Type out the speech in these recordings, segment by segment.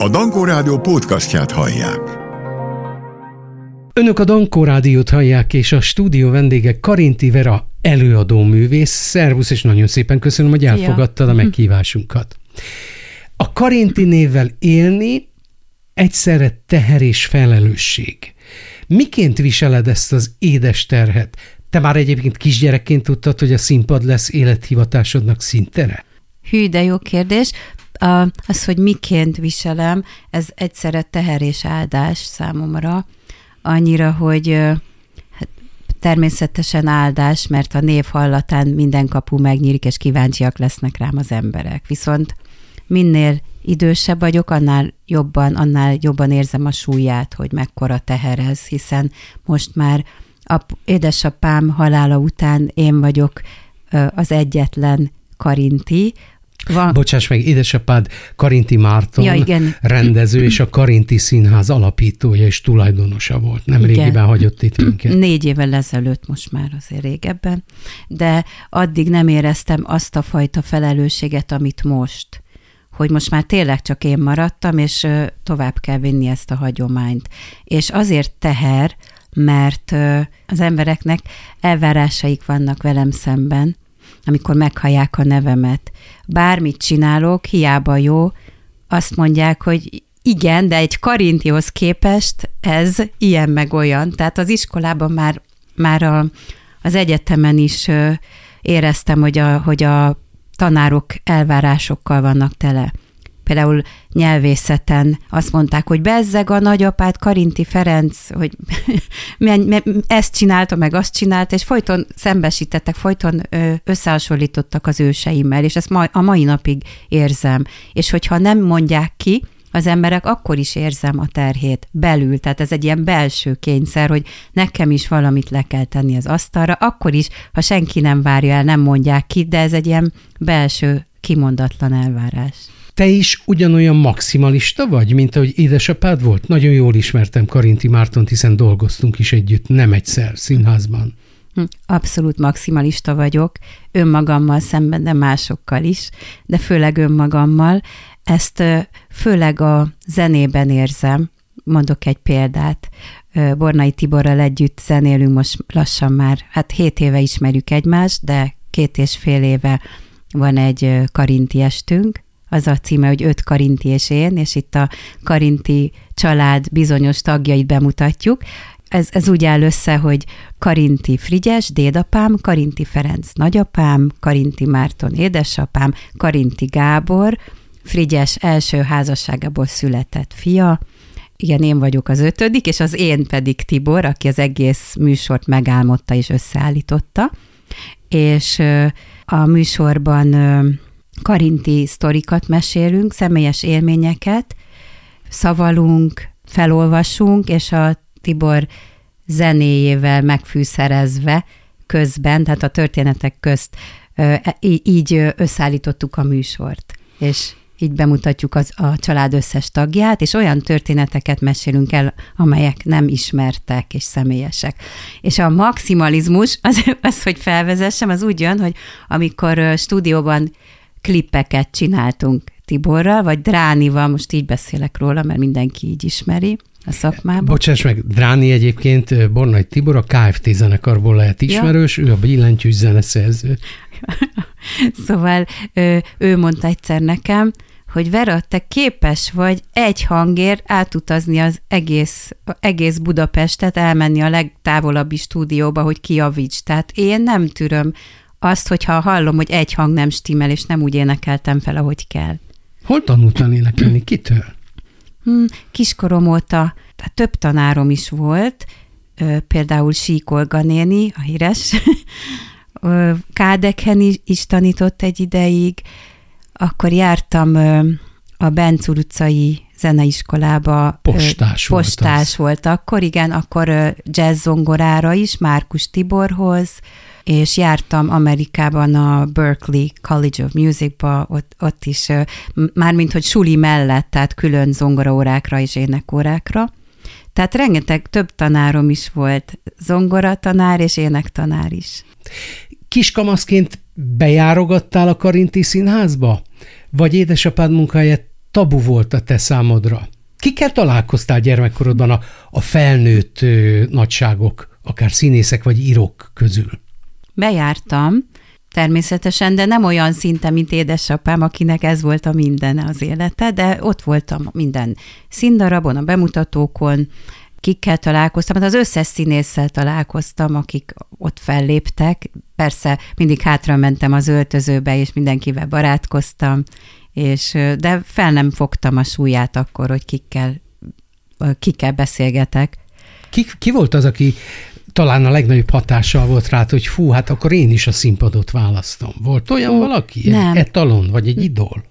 A Dankó Rádió podcastját hallják. Önök a Dankó Rádiót hallják, és a stúdió vendége Karinti Vera előadóművész. Szervusz, és nagyon szépen köszönöm, hogy elfogadtad a meghívásunkat. A Karinti névvel élni egyszerre teher és felelősség. Miként viseled ezt az édes terhet? Te már egyébként kisgyerekként tudtad, hogy a színpad lesz élethivatásodnak színtere? Hű, de jó kérdés. Az, hogy miként viselem, ez egyszerre teher és áldás számomra. Annyira, hogy természetesen áldás, mert a név hallatán minden kapu megnyílik, és kíváncsiak lesznek rám az emberek. Viszont minél idősebb vagyok, annál jobban érzem a súlyát, hogy mekkora teher ez, hiszen most már édesapám halála után én vagyok az egyetlen Karinti. Bocsáss meg, édesapád Karinti Márton, rendező, és a Karinti Színház alapítója és tulajdonosa volt. Nem régiben hagyott itt minket. 4 évvel ezelőtt, most már azért régebben, de addig nem éreztem azt a fajta felelősséget, amit most. Hogy most már tényleg csak én maradtam, és tovább kell vinni ezt a hagyományt. És azért teher, mert az embereknek elvárásaik vannak velem szemben, amikor meghallják a nevemet. Bármit csinálok, hiába jó, azt mondják, hogy igen, de egy Karintihoz képest ez ilyen meg olyan. Tehát az iskolában már az egyetemen is éreztem, hogy a tanárok elvárásokkal vannak tele. Például nyelvészeten azt mondták, hogy bezzeg a nagyapád Karinti Ferenc, hogy ezt csinálta, meg azt csinálta, és folyton szembesítettek, folyton összehasonlítottak az őseimmel, és ezt a mai napig érzem. És hogyha nem mondják ki az emberek, akkor is érzem a terhét belül. Tehát ez egy ilyen belső kényszer, hogy nekem is valamit le kell tenni az asztalra, akkor is, ha senki nem várja el, nem mondják ki, de ez egy ilyen belső, kimondatlan elvárás. Te is ugyanolyan maximalista vagy, mint ahogy édesapád volt? Nagyon jól ismertem Karinti Mártont, hiszen dolgoztunk is együtt, nem egyszer színházban. Abszolút maximalista vagyok, önmagammal szemben, de másokkal is, de főleg önmagammal. Ezt főleg a zenében érzem. Mondok egy példát. Bornai Tiborral együtt zenélünk most lassan már, 7 éve ismerjük egymást, de 2,5 éve van egy Karinti estünk. Az a címe, hogy 5 Karinti és én, és itt a Karinti család bizonyos tagjait bemutatjuk. Ez úgy áll össze, hogy Karinti Frigyes, dédapám, Karinti Ferenc nagyapám, Karinti Márton édesapám, Karinti Gábor, Frigyes első házasságából született fia, igen, én vagyok az 5., és az én pedig Tibor, aki az egész műsort megálmodta és összeállította, és a műsorban Karinti sztorikat mesélünk, személyes élményeket, szavalunk, felolvasunk, és a Tibor zenéjével megfűszerezve közben, tehát a történetek közt így összeállítottuk a műsort, és így bemutatjuk a család összes tagját, és olyan történeteket mesélünk el, amelyek nem ismertek és személyesek. És a maximalizmus, az, hogy felvezessem, az úgy jön, hogy amikor stúdióban klippeket csináltunk Tiborral, vagy Dránival, most így beszélek róla, mert mindenki így ismeri a szakmában. Bocsáss meg, Dráni egyébként Bornai Tibor, a KFT zenekarból lehet ismerős, ő a billentyűs zeneszerző. Szóval ő mondta egyszer nekem, hogy Vera, te képes vagy egy hangért átutazni az egész Budapestet, elmenni a legtávolabbi stúdióba, hogy kijavíts. Tehát én nem türöm azt, hogyha hallom, hogy egy hang nem stimmel, és nem úgy énekeltem fel, ahogy kell. Hol tanultál énekelni? Kitől? Kiskorom óta több tanárom is volt, például Sík Olga néni, a híres, Kádekhen is tanított egy ideig, akkor jártam a Bencúr utcai zeneiskolába. Postás volt akkor, igen, akkor jazz zongorára is, Márkus Tiborhoz, és jártam Amerikában a Berklee College of Musicba, ott is, mármint hogy suli mellett, tehát külön zongoraórákra és énekórákra. Tehát rengeteg több tanárom is volt, zongoratanár és énektanár is. Kiskamaszként bejárogattál a Karinti Színházba? Vagy édesapád munkáját tabu volt a te számodra? Kikkel találkoztál gyermekkorodban a felnőtt nagyságok, akár színészek vagy írók közül? Bejártam, természetesen, de nem olyan szinten, mint édesapám, akinek ez volt a mindene az élete, de ott voltam minden színdarabon, a bemutatókon, kikkel találkoztam, hát az összes színésszel találkoztam, akik ott felléptek. Persze mindig hátra mentem az öltözőbe, és mindenkivel barátkoztam, de fel nem fogtam a súlyát akkor, hogy kikkel beszélgetek. Ki volt az, aki talán a legnagyobb hatással volt rád, hogy fú, hát akkor én is a színpadot választom. Volt olyan valaki? Nem. Egy etalon, vagy egy idol?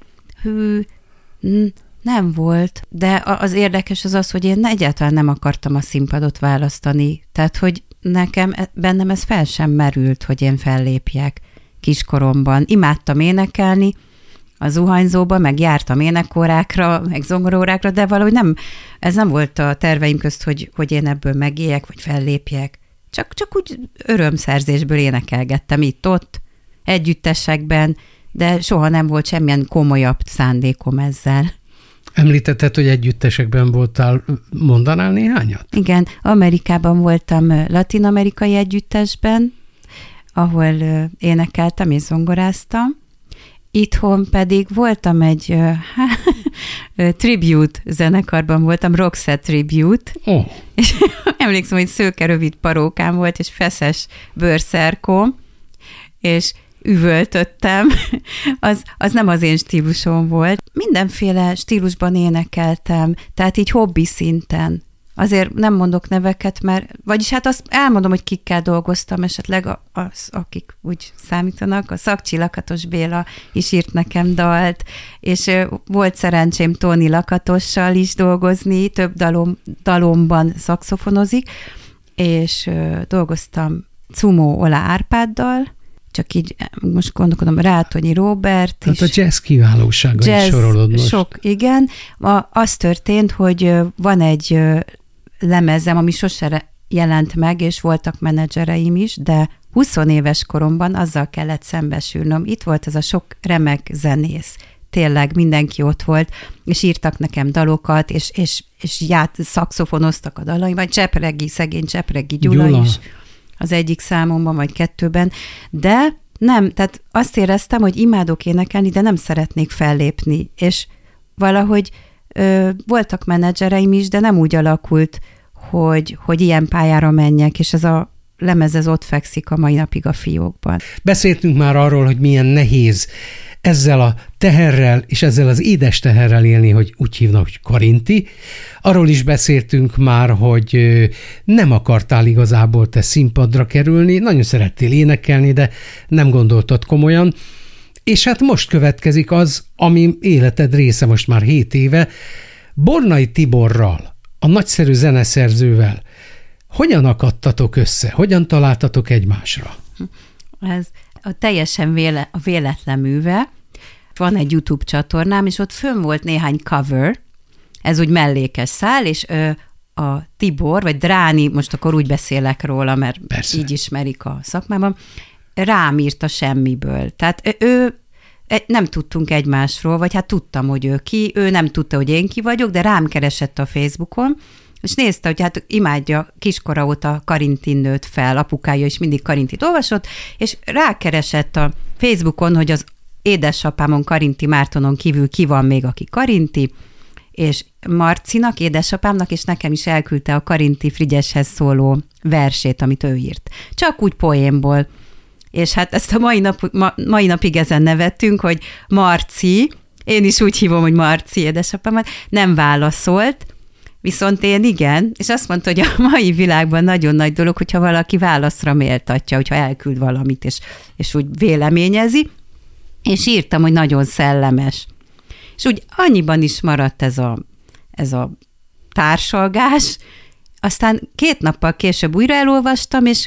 Nem volt, de az érdekes az, hogy én egyáltalán nem akartam a színpadot választani. Tehát, hogy bennem ez fel sem merült, hogy én fellépjek kiskoromban. Imádtam énekelni a zuhanyzóba, meg jártam énekórákra, meg zongorórákra, de valahogy ez nem volt a terveim közt, hogy én ebből megéljek, vagy fellépjek. Csak úgy örömszerzésből énekelgettem itt-ott, együttesekben, de soha nem volt semmilyen komolyabb szándékom ezzel. Említetted, hogy együttesekben voltál, mondanál néhányat? Igen, Amerikában voltam latin-amerikai együttesben, ahol énekeltem és zongoráztam. Itthon pedig voltam egy tribute zenekarban voltam, Roxette Tribute, és emlékszem, hogy szőke rövid parókám volt, és feszes bőrszerkóm, és üvöltöttem, az nem az én stílusom volt. Mindenféle stílusban énekeltem, tehát így hobbi szinten. Azért nem mondok neveket, vagyis hát azt elmondom, hogy kikkel dolgoztam, esetleg akik úgy számítanak, a Szakcsi Lakatos Béla is írt nekem dalt, és volt szerencsém Tóni Lakatossal is dolgozni, több dalomban szaxofonozik, és dolgoztam Cumó Ola Árpáddal, csak így most gondolkodom, Rátonyi Róbert tehát is. a jazz kiválósága is sorolod most. Sok, igen. Az történt, hogy van egy lemezem, ami sose jelent meg, és voltak menedzsereim is, de 20 éves koromban azzal kellett szembesülnöm. Itt volt ez a sok remek zenész. Tényleg mindenki ott és írtak nekem dalokat, és szaxofonoztak a dalaimban. Szegény Csepregi Gyula is az egyik számomban, vagy kettőben, de nem, tehát azt éreztem, hogy imádok énekelni, de nem szeretnék fellépni, és valahogy voltak menedzsereim is, de nem úgy alakult, hogy ilyen pályára menjek, és ez a lemez ez ott fekszik a mai napig a fiókban. Beszéltünk már arról, hogy milyen nehéz ezzel a teherrel és ezzel az édes teherrel élni, hogy úgy hívnak, hogy karinti. Arról is beszéltünk már, hogy nem akartál igazából te színpadra kerülni, nagyon szerettél énekelni, de nem gondoltad komolyan. És hát most következik az, ami életed része most már 7 éve, Bornai Tiborral, a nagyszerű zeneszerzővel. Hogyan akadtatok össze? Hogyan találtatok egymásra? Ez a teljesen véletlen műve. Van egy YouTube csatornám, és ott fönn volt néhány cover, ez úgy mellékes szál, és a Tibor, vagy Dráni, most akkor úgy beszélek róla, mert persze, így ismerik a szakmában, rám írt a semmiből. Tehát ő nem tudtunk egymásról, vagy hát tudtam, hogy ő nem tudta, hogy én ki vagyok, de rám keresett a Facebookon, és nézte, hogy hát imádja, kiskora óta Karintin nőtt fel, apukája is mindig Karintit olvasott, és rákeresett a Facebookon, hogy az édesapámon, Karinti Mártonon kívül ki van még, aki Karinti, és Marcinak, édesapámnak, és nekem is elküldte a Karinti Frigyeshez szóló versét, amit ő írt. Csak úgy poénból. És hát ezt a mai napig ezen nevettünk, hogy Marci, én is úgy hívom, hogy Marci édesapámat, nem válaszolt, viszont én igen, és azt mondta, hogy a mai világban nagyon nagy dolog, hogyha valaki válaszra méltatja, hogyha elküld valamit, és úgy véleményezi, és írtam, hogy nagyon szellemes. És úgy annyiban is maradt ez a társalgás, aztán 2 nappal később újra elolvastam, és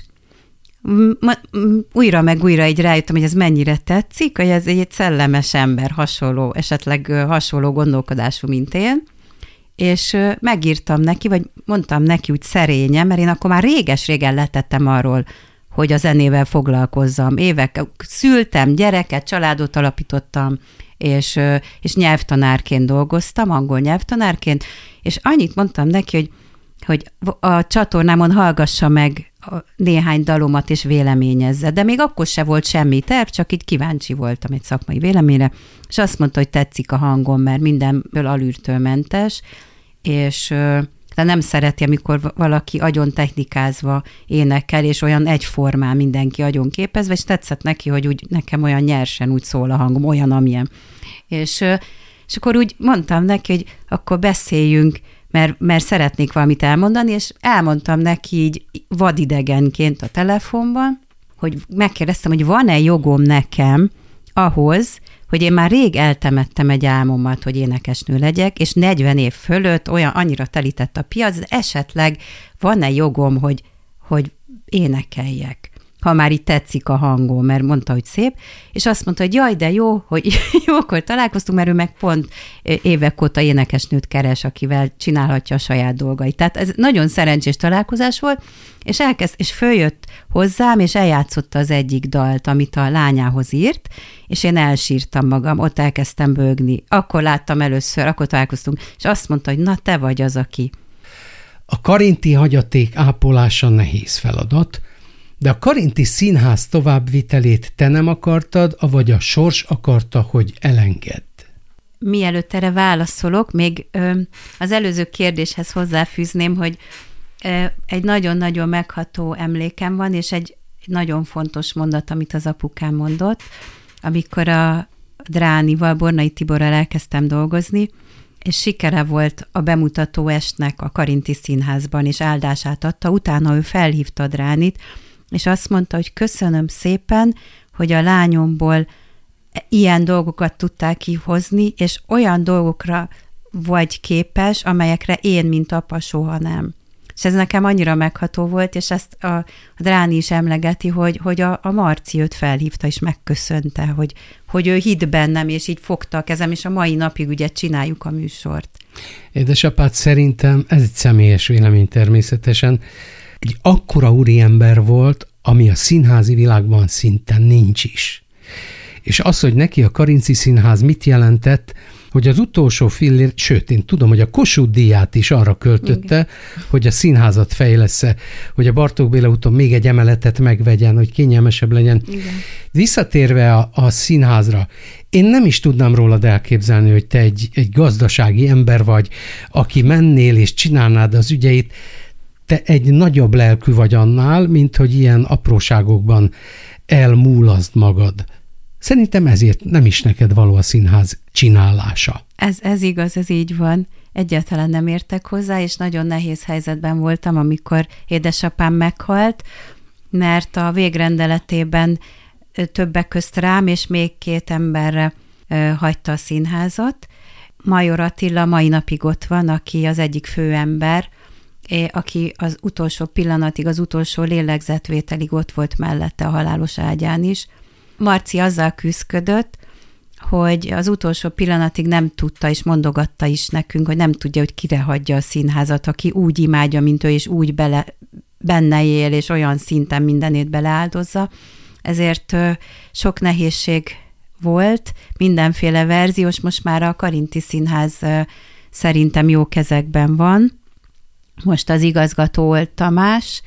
újra meg újra így rájöttem, hogy ez mennyire tetszik, hogy ez egy szellemes ember, esetleg hasonló gondolkodású, mint én, és megírtam neki, vagy mondtam neki úgy szerényen, mert én akkor már réges-régen letettem arról, hogy a zenével foglalkozzam. Szültem gyereket, családot alapítottam, és nyelvtanárként dolgoztam, angol nyelvtanárként, és annyit mondtam neki, hogy a csatornámon hallgassa meg néhány dalomat, és véleményezze. De még akkor se volt semmi terv, csak így kíváncsi voltam egy szakmai véleményre, és azt mondta, hogy tetszik a hangom, mert mindenből alűrtől mentes, és de nem szereti, amikor valaki agyon technikázva énekel, és olyan egyformán mindenki agyon képezve, és tetszett neki, hogy úgy nekem olyan nyersen úgy szól a hangom, olyan, amilyen. És akkor úgy mondtam neki, hogy akkor beszéljünk, mert szeretnék valamit elmondani, és elmondtam neki így vadidegenként a telefonban, hogy megkérdeztem, hogy van-e jogom nekem ahhoz, hogy én már rég eltemettem egy álmomat, hogy énekesnő legyek, és 40 év fölött annyira telített a piac, de esetleg van-e jogom, hogy énekeljek, ha már így tetszik a hangom, mert mondta, hogy szép, és azt mondta, hogy jaj, de jó, hogy jókor találkoztunk, mert ő meg pont évek óta énekesnőt keres, akivel csinálhatja a saját dolgait. Tehát ez nagyon szerencsés találkozás volt, és följött hozzám, és eljátszotta az egyik dalt, amit a lányához írt, és én elsírtam magam, ott elkezdtem bőgni. Akkor láttam először, akkor találkoztunk, és azt mondta, hogy na, te vagy az, aki. A karinti hagyaték ápolása nehéz feladat, de a Karinti Színház továbbvitelét te nem akartad, avagy a sors akarta, hogy elengedd? Mielőtt erre válaszolok, még az előző kérdéshez hozzáfűzném, hogy egy nagyon-nagyon megható emlékem van, és egy nagyon fontos mondat, amit az apukám mondott, amikor a Dránival, Bornai Tiborral elkezdtem dolgozni, és sikere volt a bemutató estnek a Karinti Színházban, és áldását adta. Utána ő felhívta a Dránit, és azt mondta, hogy köszönöm szépen, hogy a lányomból ilyen dolgokat tudták kihozni, és olyan dolgokra vagy képes, amelyekre én, mint apa, soha nem. És ez nekem annyira megható volt, és ezt a Dráni is emlegeti, hogy a Marci őt felhívta, és megköszönte, hogy ő hitt bennem, és így fogta a kezem, és a mai napig ugye csináljuk a műsort. Édesapád, szerintem ez egy személyes vélemény természetesen, egy akkora úriember volt, ami a színházi világban szinte nincs is. És az, hogy neki a Karinti Színház mit jelentett, hogy az utolsó fillér, sőt, én tudom, hogy a Kossuth-díját is arra költötte, igen, hogy a színházat fejlessze, hogy a Bartók Béla úton még egy emeletet megvegyen, hogy kényelmesebb legyen. Igen. Visszatérve a színházra, én nem is tudnám rólad elképzelni, hogy te egy gazdasági ember vagy, aki mennél és csinálnád az ügyeit. Te egy nagyobb lelkű vagy annál, mint hogy ilyen apróságokban elmúlazd magad. Szerintem ezért nem is neked való a színház csinálása. Ez igaz, ez így van. Egyáltalán nem értek hozzá, és nagyon nehéz helyzetben voltam, amikor édesapám meghalt, mert a végrendeletében többek közt rám és még 2 emberre hagyta a színházat. Major Attila mai napig ott van, aki az egyik főember, aki az utolsó pillanatig, az utolsó lélegzetvételig ott volt mellette a halálos ágyán is. Marci azzal küzdködött, hogy az utolsó pillanatig nem tudta, és mondogatta is nekünk, hogy nem tudja, hogy kire hagyja a színházat, aki úgy imádja, mint ő, és úgy benne él, és olyan szinten mindenét beleáldozza. Ezért sok nehézség volt, mindenféle verziós, most már a Karinti Színház szerintem jó kezekben van. Most az igazgató volt Tamás,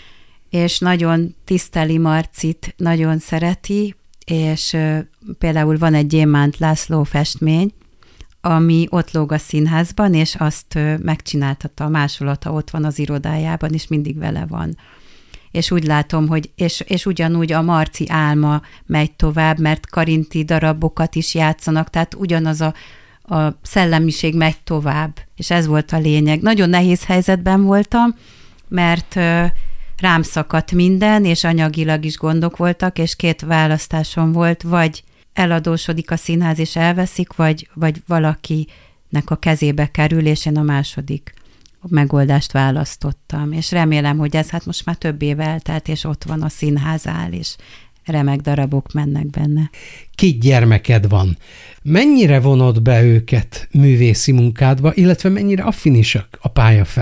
és nagyon tiszteli Marcit, nagyon szereti, és például van egy Gyémánt László festmény, ami ott lóg a színházban, és azt megcsináltatta a másolata, ott van az irodájában, és mindig vele van. És úgy látom, hogy és ugyanúgy a Marci álma megy tovább, mert karinti darabokat is játszanak, tehát ugyanaz a szellemiség megy tovább, és ez volt a lényeg. Nagyon nehéz helyzetben voltam, mert rám szakadt minden, és anyagilag is gondok voltak, és 2 választásom volt, vagy eladósodik a színház, és elveszik, vagy valakinek a kezébe kerül, és én a második megoldást választottam. És remélem, hogy ez hát most már több év eltelt, és ott van a színház áll, és remek darabok mennek benne. 2 gyermeked van. Mennyire vonod be őket művészi munkádba, illetve mennyire affinisak a pálya felé?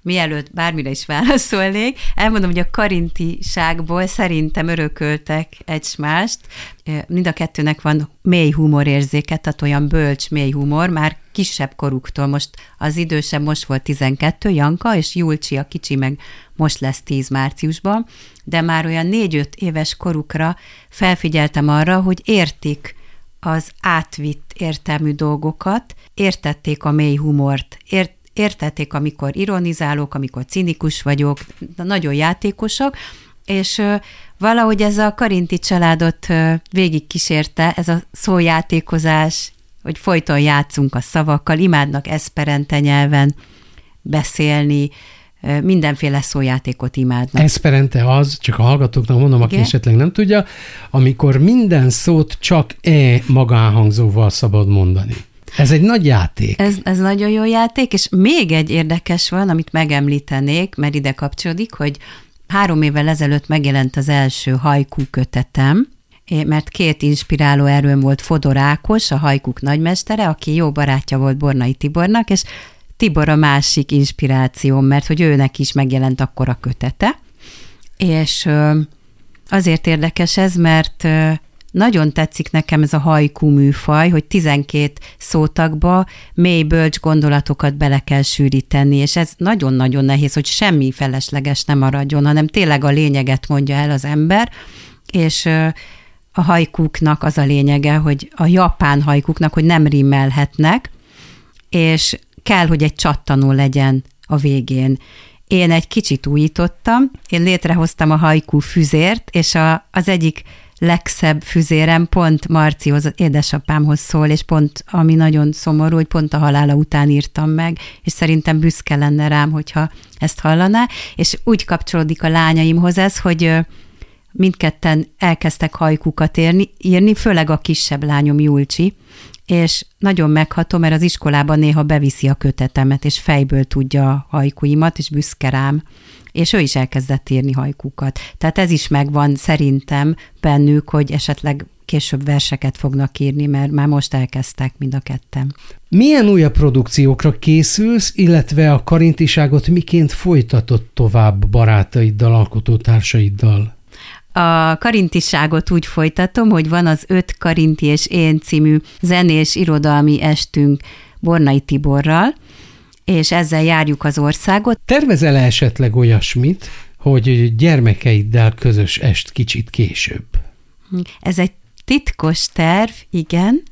mielőtt bármire is válaszolnék, elmondom, hogy a karintiságból szerintem örököltek egymást. Mind a kettőnek van mély humorérzéke, tehát olyan bölcs mély humor, már kisebb koruktól. Most az idősebb most volt 12, Janka, és Julcsi a kicsi meg most lesz 10 márciusban, de már olyan 4-5 éves korukra felfigyeltem arra, hogy értik az átvitt értelmű dolgokat, értették a mély humort, értették, amikor ironizálok, amikor cinikus vagyok, nagyon játékosak, és valahogy ez a Karinti családot végigkísérte, ez a szójátékozás, hogy folyton játszunk a szavakkal, imádnak eszperente nyelven beszélni, mindenféle szójátékot imádnak. Eszperente az, csak a hallgatóknak mondom, aki esetleg nem tudja, amikor minden szót csak magánhangzóval szabad mondani. Ez egy nagy játék. Ez nagyon jó játék, és még egy érdekes van, amit megemlítenék, mert ide kapcsolódik, hogy 3 évvel ezelőtt megjelent az első haiku kötetem, mert 2 inspiráló erőm volt, Fodor Ákos, a haikuk nagymestere, aki jó barátja volt Bornai Tibornak, és Tibor a másik inspirációm, mert hogy őnek is megjelent akkor a kötete, és azért érdekes ez, mert nagyon tetszik nekem ez a haiku műfaj, hogy 12 szótagba mély bölcs gondolatokat bele kell sűríteni, és ez nagyon-nagyon nehéz, hogy semmi felesleges nem maradjon, hanem tényleg a lényeget mondja el az ember, és a haikuknak az a lényege, hogy a japán haikuknak, hogy nem rimmelhetnek, és kell, hogy egy csattanó legyen a végén. Én egy kicsit újítottam, én létrehoztam a haiku füzért, és az egyik legszebb füzérem pont Marcihoz, édesapámhoz szól, és pont, ami nagyon szomorú, hogy pont a halála után írtam meg, és szerintem büszke lenne rám, hogyha ezt hallaná, és úgy kapcsolódik a lányaimhoz ez, hogy mindketten elkezdtek haikukat írni, főleg a kisebb lányom Julcsi, és nagyon megható, mert az iskolában néha beviszi a kötetemet, és fejből tudja a haikuimat, és büszke rám, és ő is elkezdett írni haikukat. Tehát ez is megvan szerintem bennük, hogy esetleg később verseket fognak írni, mert már most elkezdtek mind a ketten. Milyen újabb produkciókra készülsz, illetve a karintiságot miként folytatod tovább barátaiddal, alkotótársaiddal? A karintiságot úgy folytatom, hogy van az 5 Karinti és én című zenés irodalmi estünk Bornai Tiborral, és ezzel járjuk az országot. Tervezel esetleg olyasmit, hogy gyermekeiddel közös est kicsit később? Ez egy titkos terv, igen.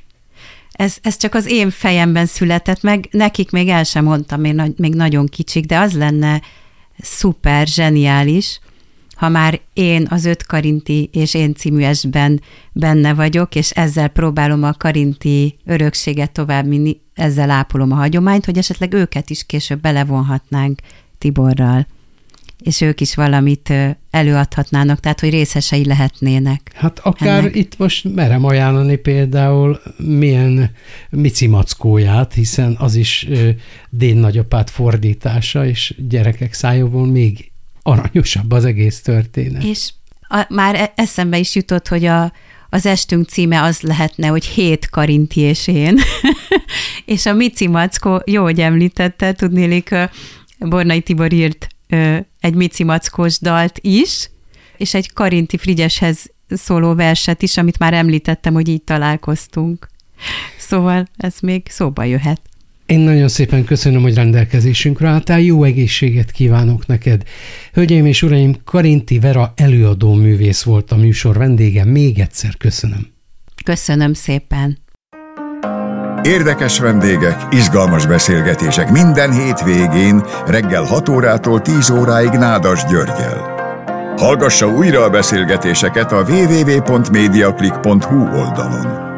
Ez csak az én fejemben született meg, nekik még el sem mondtam, még nagyon kicsik, de az lenne szuper, zseniális, ha már én az 5 Karinti és én című estben benne vagyok, és ezzel próbálom a karinti örökséget továbbvinni, ezzel ápolom a hagyományt, hogy esetleg őket is később belevonhatnánk Tiborral, és ők is valamit előadhatnának, tehát hogy részesei lehetnének. Hát akár ennek. Itt most merem ajánlani például milyen Mici Mackóját, hiszen az is Dén nagyapát fordítása, és gyerekek szájóból még aranyosabb az egész történet. És már eszembe is jutott, hogy az estünk címe az lehetne, hogy 7 Karinti és én. És a Mici Mackó, jó, hogy említette, tudnélik, Bornai Tibor írt egy Mici Mackós dalt is, és egy Karinti Frigyeshez szóló verset is, amit már említettem, hogy így találkoztunk. Szóval ez még szóba jöhet. Én nagyon szépen köszönöm, hogy rendelkezésünkre álltál, jó egészséget kívánok neked. Hölgyeim és uraim, Karinti Vera előadó művész volt a műsor vendége, még egyszer köszönöm. Köszönöm szépen. Érdekes vendégek, izgalmas beszélgetések minden hétvégén reggel 6 órától 10 óráig Nádas Györggyel. Hallgassa újra a beszélgetéseket a www.mediaclick.hu oldalon.